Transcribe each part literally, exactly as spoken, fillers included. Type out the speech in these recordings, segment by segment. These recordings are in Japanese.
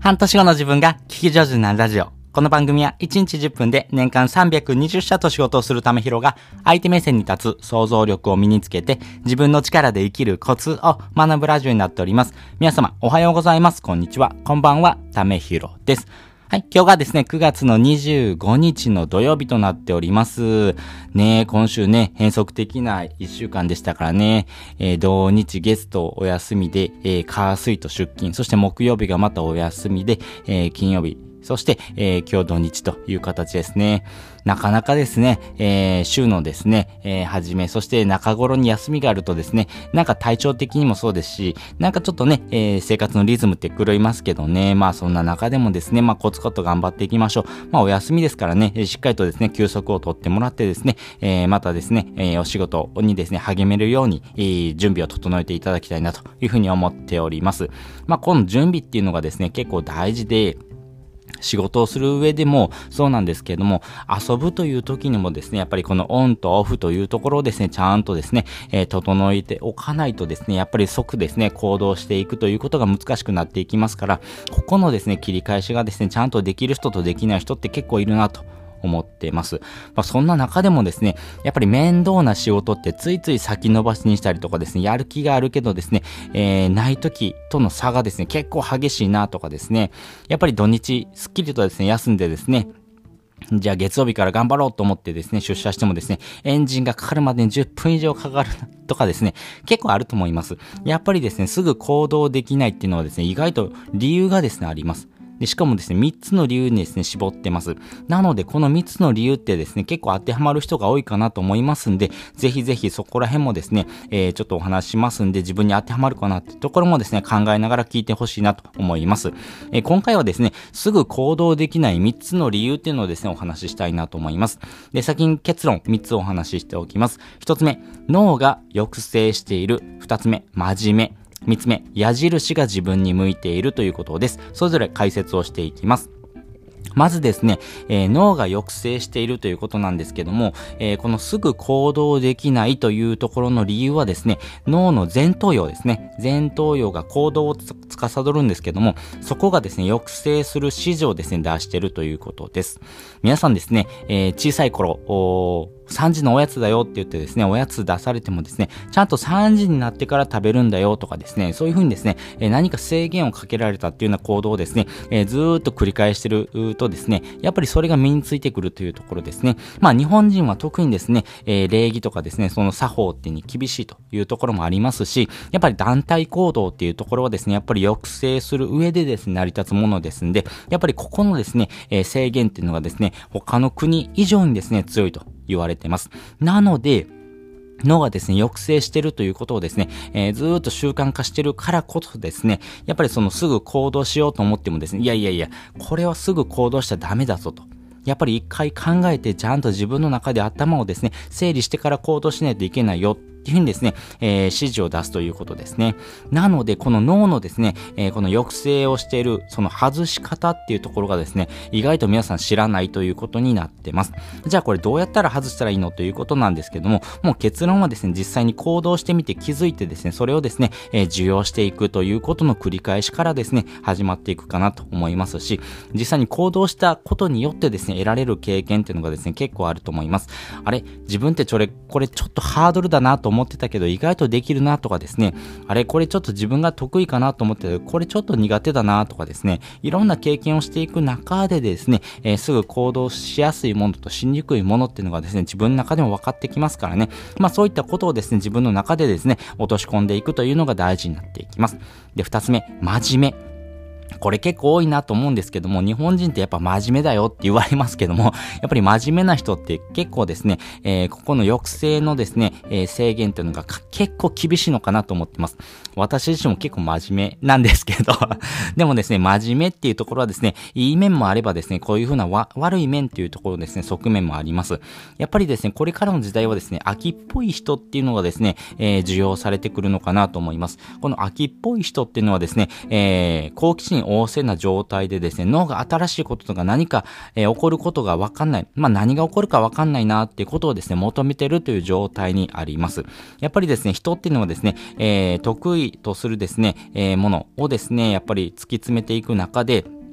半年後の自分が聞き上手になるラジオ。この番組はいちにちじゅっぷんで年間さんびゃくにじゅっしゃと仕事をするためひろが相手目線に立つ想像力を身につけて自分の力で生きるコツを学ぶラジオになっております。皆様おはようございます。こんにちは。こんばんは。ためひろです。はい。今日がですね、くがつのにじゅうごにちの土曜日となっております。ねえ、今週ね、変則的ないっしゅうかんでしたからね、えー、土日月とお休みで、えー、火水と出勤、そして木曜日がまたお休みで、えー、金曜日、そして、えー、今日土日という形ですね。なかなかですね、えー、週のですね、えー、初め、そして中頃に休みがあるとですね、なんか体調的にもそうですし、なんかちょっとね、えー、生活のリズムって狂いますけどね、まあそんな中でもですね、まあコツコツ頑張っていきましょう。まあお休みですからね、しっかりとですね、休息を取ってもらってですね、えー、またですね、えー、お仕事にですね、励めるように、えー、準備を整えていただきたいなというふうに思っております。まあこの準備っていうのがですね、結構大事で、仕事をする上でもそうなんですけれども、遊ぶという時にもですね、やっぱりこのオンとオフというところをですね、ちゃんとですね、えー、整えておかないとですね、やっぱり即ですね、行動していくということが難しくなっていきますから、ここのですね、切り返しがですね、ちゃんとできる人とできない人って結構いるなと思ってます。まあ、そんな中でもですね、やっぱり面倒な仕事ってついつい先延ばしにしたりとかですね、やる気があるけどですね、えー、ない時との差がですね、結構激しいなとかですね、やっぱり土日すっきりとですね、休んでですね、じゃあ月曜日から頑張ろうと思ってですね、出社してもですね、エンジンがかかるまでにじゅっぷん以上かかるとかですね、結構あると思います。やっぱりですね、すぐ行動できないっていうのはですね、意外と理由がですね、あります。で、しかもですね、みっつの理由にですね、絞ってます。なので、このみっつの理由ってですね、結構当てはまる人が多いかなと思いますんで、ぜひぜひそこら辺もですね、えー、ちょっとお話ししますんで、自分に当てはまるかなってところもですね、考えながら聞いてほしいなと思います。えー、今回はですね、すぐ行動できないみっつの理由っていうのをですね、お話ししたいなと思います。で、先に結論みっつお話ししておきます。ひとつめ、脳が抑制している。ふたつめ、真面目。みっつめ、矢印が自分に向いているということです。それぞれ解説をしていきます。まずですね、えー、脳が抑制しているということなんですけども、えー、このすぐ行動できないというところの理由はですね、脳の前頭葉ですね。前頭葉が行動をつ司るんですけども、そこがですね、抑制する指示をですね、出しているということです。皆さんですね、えー、小さい頃、さんじのおやつだよって言ってですね、おやつ出されてもですね、ちゃんとさんじになってから食べるんだよとかですね、そういう風にですね、えー、何か制限をかけられたっていうような行動をですね、えー、ずーっと繰り返してるとですね、やっぱりそれが身についてくるというところですね。まあ日本人は特にですね、えー、礼儀とかですね、その作法っていうに厳しいというところもありますし、やっぱり団体行動っていうところはですね、やっぱり抑制する上でですね、成り立つものですんで、やっぱりここのですね、えー、制限っていうのがですね、他の国以上にですね、強いと言われてます。なので、脳がですね、抑制してるということをですね、えー、ずーっと習慣化してるからこそですね、やっぱりそのすぐ行動しようと思ってもですね、いやいやいや、これはすぐ行動しちゃダメだぞと。やっぱり一回考えてちゃんと自分の中で頭をですね、整理してから行動しないといけないよっていうふうにですね、えー、指示を出すということですね。なので、この脳のですね、えー、この抑制をしている、その外し方っていうところがですね、意外と皆さん知らないということになってます。じゃあこれどうやったら外したらいいのということなんですけども、もう結論はですね、実際に行動してみて気づいてですね、それをですね、えー、受容していくということの繰り返しからですね、始まっていくかなと思いますし、実際に行動したことによってですね、得られる経験っていうのがですね、結構あると思います。あれ、自分ってちょれ、これちょっとハードルだなと思ってたけど、意外とできるなとかですね、あれ、これちょっと自分が得意かなと思ってたけど、これちょっと苦手だなとかですね、いろんな経験をしていく中でですね、えー、すぐ行動しやすいものとしにくいものっていうのがですね、自分の中でも分かってきますからね、まあそういったことをですね、自分の中でですね、落とし込んでいくというのが大事になっていきます。で、二つ目、真面目。これ結構多いなと思うんですけども、日本人ってやっぱ真面目だよって言われますけども、やっぱり真面目な人って結構ですね、えー、ここの抑制のですね、えー、制限っていうのが結構厳しいのかなと思ってます。私自身も結構真面目なんですけど、でもですね、真面目っていうところはですね、いい面もあればですね、こういう風なわ悪い面っていうところですね、側面もあります。やっぱりですね、これからの時代はですね、秋っぽい人っていうのがですね、えー、受容されてくるのかなと思います。この秋っぽい人っていうのはですね、えー、好奇心旺盛な状態でですね、脳が新しいこととか何か、えー、起こることがわかんない。まあ何が起こるかわかんないなっていうことをですね、求めてるという状態にあります。やっぱりですね、人っていうのはですね、えー、得意とするですね、えー、ものをですね、やっぱり突き詰めていく中で、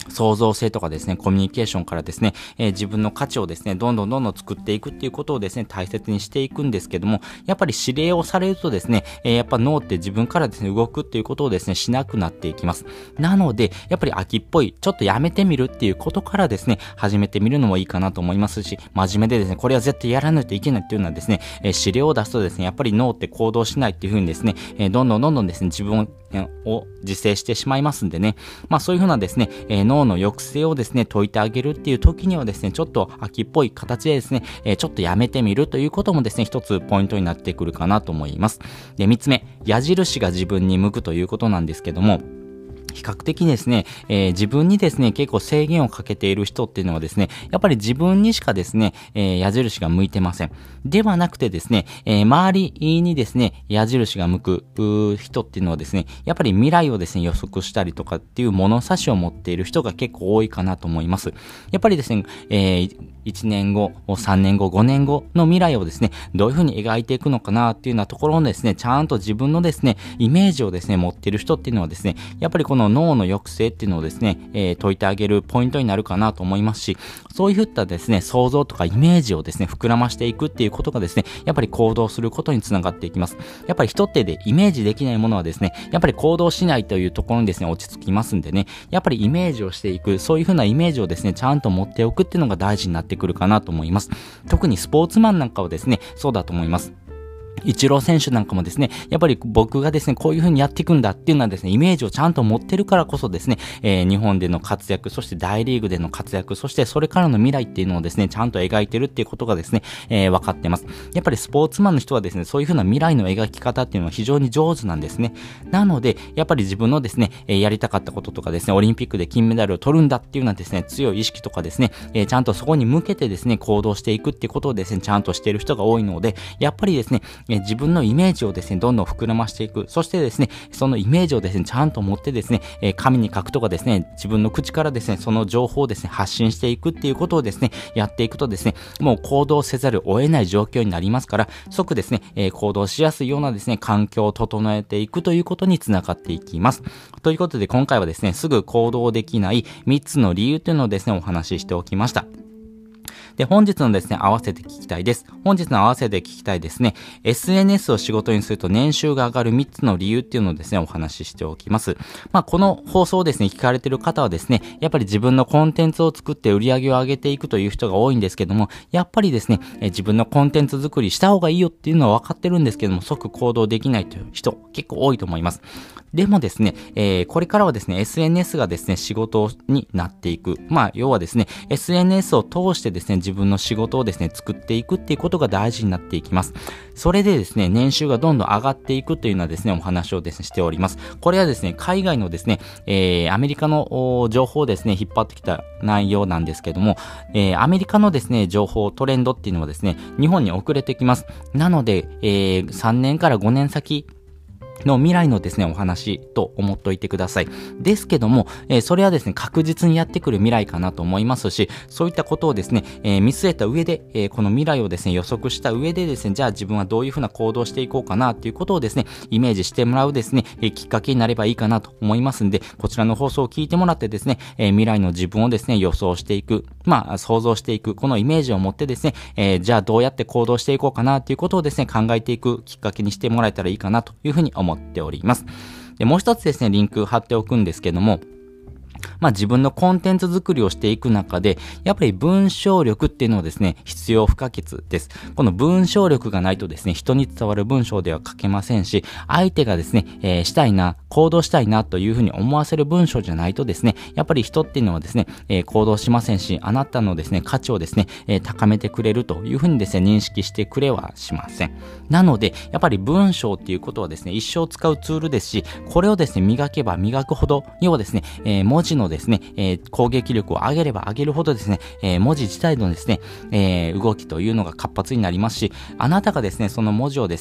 創造性とかですね、コミュニケーションからですね、えー、自分の価値をですね、どんどんどんどん作っていくっていうことをですね、大切にしていくんですけども、やっぱり指令をされるとですね、えー、やっぱ脳って自分からですね、動くっていうことをですね、しなくなっていきます。なので、やっぱり秋っぽい、ちょっとやめてみるっていうことからですね、始めてみるのもいいかなと思いますし、真面目でですね、これは絶対やらないといけないっていうのはですね、えー、指令を出すとですね、やっぱり脳って行動しないっていう風にですね、えー、どんどんどんどんですね、自分をを自制してしまいますんでね。まあそういう風なですね、えー、脳の抑制をですね、解いてあげるっていう時にはですね、ちょっと秋っぽい形でですね、えー、ちょっとやめてみるということもですね、一つポイントになってくるかなと思います。で、三つ目、矢印が自分に向くということなんですけども、比較的ですね、えー、自分にですね、結構制限をかけている人っていうのはですね、やっぱり自分にしかですね、えー、矢印が向いてません。ではなくてですね、えー、周りにですね、矢印が向く人っていうのはですね、やっぱり未来をですね、予測したりとかっていう物差しを持っている人が結構多いかなと思います。やっぱりですね、えー、いちねんご、さんねんご、ごねんごの未来をですね、どういうふうに描いていくのかなっていうようなところをですね、ちゃんと自分のですね、イメージをですね、持っている人っていうのはですね、やっぱりこの脳の抑制っていうのをですね、えー、解いてあげるポイントになるかなと思いますし、そういったですね、想像とかイメージをですね、膨らましていくっていうことがですね、やっぱり行動することにつながっていきます。やっぱり人ってでイメージできないものはですね、やっぱり行動しないというところにですね、落ち着きますんでね、やっぱりイメージをしていく、そういうふうなイメージをですね、ちゃんと持っておくっていうのが大事になってくるかなと思います。特にスポーツマンなんかはですね、そうだと思います。イチロー選手なんかもですね、やっぱり僕がですね、こういう風にやっていくんだっていうのはですね、イメージをちゃんと持ってるからこそですね、えー、日本での活躍、そして大リーグでの活躍、そしてそれからの未来っていうのをですね、ちゃんと描いてるっていうことがですね、えー、分かってます。やっぱりスポーツマンの人はですね、そういう風な未来の描き方っていうのは非常に上手なんですね。なので、やっぱり自分のですね、えー、やりたかったこととかですね、オリンピックで金メダルを取るんだっていうのはですね、強い意識とかですね、えー、ちゃんとそこに向けてですね、行動していくっていうことをですね、ちゃんとしている人が多いので、やっぱりですね、えー、自分のイメージイメージをですね、どんどん膨らましていく。そしてですね、そのイメージをですね、ちゃんと持ってですね、えー、紙に書くとかですね、自分の口からですね、その情報をですね、発信していくっていうことをですね、やっていくとですね、もう行動せざるを得ない状況になりますから、即ですね、えー、行動しやすいようなですね、環境を整えていくということにつながっていきます。ということで、今回はですね、すぐ行動できないみっつの理由というのをですね、お話ししておきました。で、本日のですね、合わせて聞きたいです。本日の合わせて聞きたいですね、エスエヌエス を仕事にすると年収が上がるみっつの理由っていうのをですね、お話ししておきます。まあ、この放送をですね、聞かれている方はですね、やっぱり自分のコンテンツを作って売り上げを上げていくという人が多いんですけども、やっぱりですね、え自分のコンテンツ作りした方がいいよっていうのは分かってるんですけども、即行動できないという人結構多いと思います。でもですね、えー、これからはですね、エスエヌエス がですね、仕事になっていく。まあ、要はですね、エスエヌエス を通してですね、自分の仕事をですね、作っていくっていうことが大事になっていきます。それでですね、年収がどんどん上がっていくというのはですね、お話をですね、しております。これはですね、海外のですね、えー、アメリカの情報をですね、引っ張ってきた内容なんですけども、えー、アメリカのですね、情報、トレンドっていうのはですね、日本に遅れてきます。なので、えー、さんねんからごねん先、の未来のですね、お話と思っておいてください。ですけども、えー、それはですね、確実にやってくる未来かなと思いますし、そういったことをですね、えー、見据えた上で、えー、この未来をですね、予測した上でですね、じゃあ自分はどういうふうな行動していこうかなっていうことをですね、イメージしてもらうですね、えー、きっかけになればいいかなと思いますんで、こちらの放送を聞いてもらってですね、えー、未来の自分をですね、予想していく、まあ、想像していく、このイメージを持ってですね、えー、じゃあどうやって行動していこうかなっていうことをですね、考えていくきっかけにしてもらえたらいいかなというふうに思思っております。で、もう一つですね、リンク貼っておくんですけども、まあ自分のコンテンツ作りをしていく中で、やっぱり文章力っていうのはですね、必要不可欠です。この文章力がないとですね、人に伝わる文章では書けませんし、相手がですね、えー、したいな、行動したいなというふうに思わせる文章じゃないとですね、やっぱり人っていうのはですね、えー、行動しませんし、あなたのですね、価値をですね、えー、高めてくれるというふうにですね、認識してくれはしません。なので、やっぱり文章っていうことはですね、一生使うツールですし、これをですね、磨けば磨くほど、要はですね、えー、文字のですね、えー、攻撃力を上げれば上げるほどですね、えー、文字自体のですね、えー、動きというのが活発になりますし、あなたがですね、その文字をですね、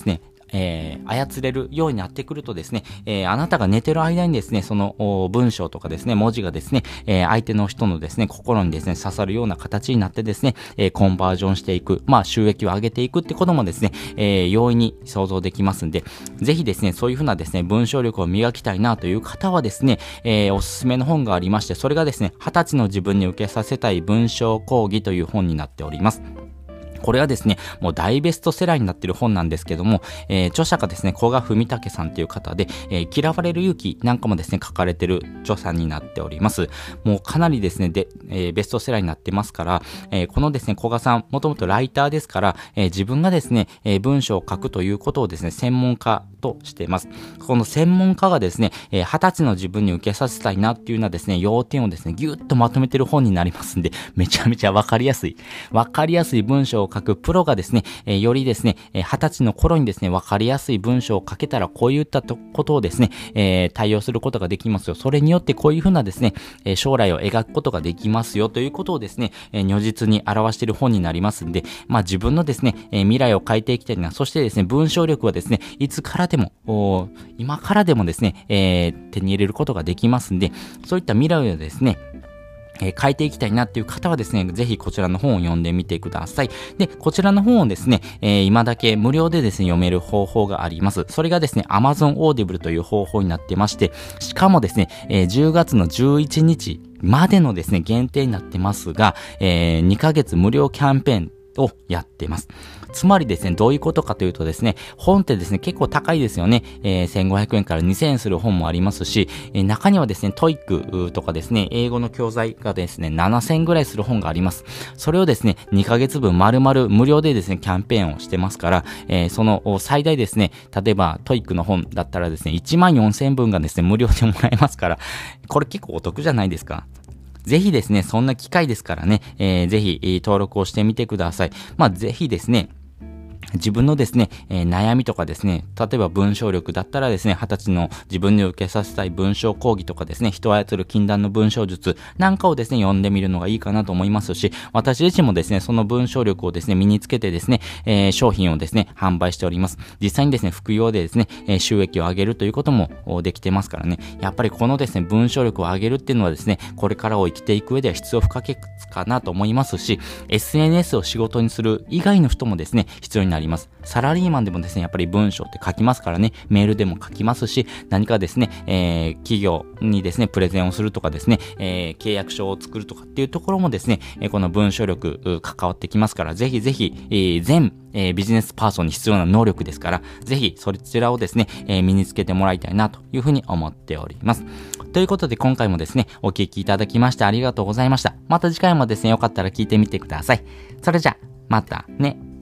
えー、操れるようになってくるとですね、えー、あなたが寝てる間にですね、その文章とかですね、文字がですね、えー、相手の人のですね、心にですね、刺さるような形になってですね、えー、コンバージョンしていく、まあ収益を上げていくってこともですね、えー、容易に想像できますんで、ぜひですね、そういうふうなですね、文章力を磨きたいなという方はですね、えー、おすすめの本がありまして、それがですね、はたちの自分に受けさせたい文章講義という本になっております。これはですね、もう大ベストセラーになっている本なんですけども、えー、著者がですね、古賀文武さんという方で、えー、嫌われる勇気なんかもですね、書かれている著者になっております。もうかなりですね、で、えー、ベストセラーになってますから、えー、このですね、古賀さん、もともとライターですから、えー、自分がですね、えー、文章を書くということをですね、専門家としています。この専門家がですね、えー、はたちの自分に受けさせたいなっていうようなですね、要点をですね、ぎゅっとまとめている本になりますんで、めちゃめちゃわかりやすい、わかりやすい文章を書くプロがですね、えー、よりですね、えー、はたちの頃にですね、わかりやすい文章を書けたらこういったことをですね、えー、対応することができますよ。それによってこういうふうなですね、えー、将来を描くことができますよということをですね、えー、如実に表している本になりますんで、まあ自分のですね、えー、未来を変えていきたいな、そしてですね、文章力はですね、いつからでも、今からでもですね、えー、手に入れることができますんで、そういった未来をですね、えー、変えていきたいなっていう方はですね、ぜひこちらの本を読んでみてください。で、こちらの本をですね、えー、今だけ無料でですね、読める方法があります。それがですね、Amazon Audible という方法になってまして、しかもですね、えー、じゅうがつのじゅういちにちまでのですね、限定になってますが、えー、にかげつ無料キャンペーンをやっています。つまりですね、どういうことかというとですね、本ってですね、結構高いですよね。えー、せんごひゃくえんからにせんえんする本もありますし、えー、中にはですね、トイックとかですね、英語の教材がですね、ななせんえんぐらいする本があります。それをですね、にかげつぶん丸々無料でですね、キャンペーンをしてますから、えー、その最大ですね、例えばトイックの本だったらですね、いちまんよんせんぶんがですね、無料でもらえますから、これ結構お得じゃないですか。ぜひですね、そんな機会ですからね、えー、ぜひ、えー、登録をしてみてください。まあ、ぜひですね、自分のですね、えー、悩みとかですね、例えば文章力だったらですね、はたちの自分に受けさせたい文章講義とかですね、人を操る禁断の文章術なんかをですね、読んでみるのがいいかなと思いますし、私自身もですね、その文章力をですね、身につけてですね、えー、商品をですね、販売しております。実際にですね、副業でですね、えー、収益を上げるということもできてますからね、やっぱりこのですね、文章力を上げるっていうのはですね、これからを生きていく上では必要不可欠かなと思いますし、エスエヌエス を仕事にする以外の人もですね、必要になります。サラリーマンでもですね、やっぱり文章って書きますからね、メールでも書きますし、何かですね、えー、企業にですね、プレゼンをするとかですね、えー、契約書を作るとかっていうところもですね、えー、この文章力関わってきますから、ぜひぜひ、えー、全、えー、ビジネスパーソンに必要な能力ですから、ぜひそちらをですね、えー、身につけてもらいたいなというふうに思っております。ということで今回もですね、お聞きいただきましてありがとうございました。また次回もですね、よかったら聞いてみてください。それじゃ、またね。